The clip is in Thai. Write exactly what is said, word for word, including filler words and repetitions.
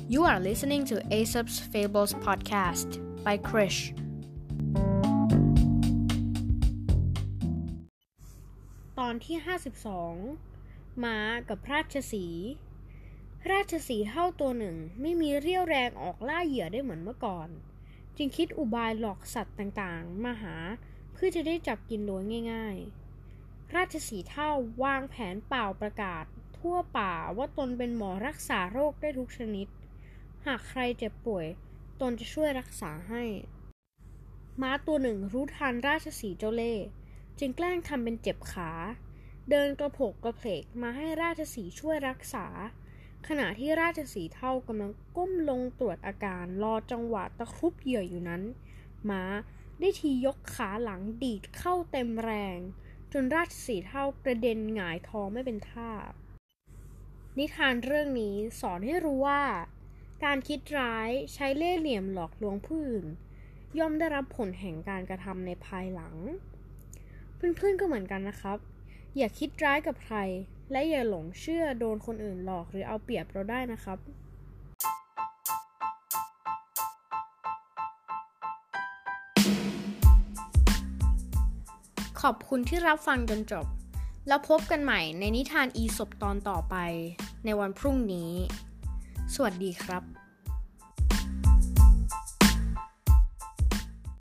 You are listening to Aesop's Fables podcast by Krish ตอนที่ห้าสิบสองม้ากับราชสีห์ราชสีห์เท่าตัวหนึ่งไม่มีเรี่ยวแรงออกล่าเหยื่อได้เหมือนเมื่อก่อนจึงคิดอุบายหลอกสัตว์ต่างๆมาหาเพื่อจะได้จับกินโดยง่ายๆราชสีห์เท่าวางแผนเป่าประกาศทั่วป่าว่าตนเป็นหมอรักษาโรคได้ทุกชนิดหากใครเจ็บป่วยตนจะช่วยรักษาให้ม้าตัวหนึ่งรู้ทันราชสีห์เจ้าเล่ห์จึงแกล้งทำเป็นเจ็บขาเดินกระโผกกระเพกมาให้ราชสีห์ช่วยรักษาขณะที่ราชสีห์เท่ากำลังก้มลงตรวจอาการรอจังหวะตะครุบเหยื่ออยู่นั้นม้าได้ทียกขาหลังดีดเข้าเต็มแรงจนราชสีห์เท่ากระเด็นหงายท้องไม่เป็นท่านิทานเรื่องนี้สอนให้รู้ว่าการคิดร้ายใช้เล่ห์เหลี่ยมหลอกลวงผู้อื่นย่อมได้รับผลแห่งการกระทำในภายหลังเพื่อนๆก็เหมือนกันนะครับอย่าคิดร้ายกับใครและอย่าหลงเชื่อโดนคนอื่นหลอกหรือเอาเปรียบเราได้นะครับขอบคุณที่รับฟังจนจบแล้วพบกันใหม่ในนิทานอีสปตอนต่อไปในวันพรุ่งนี้สวัสดีครับ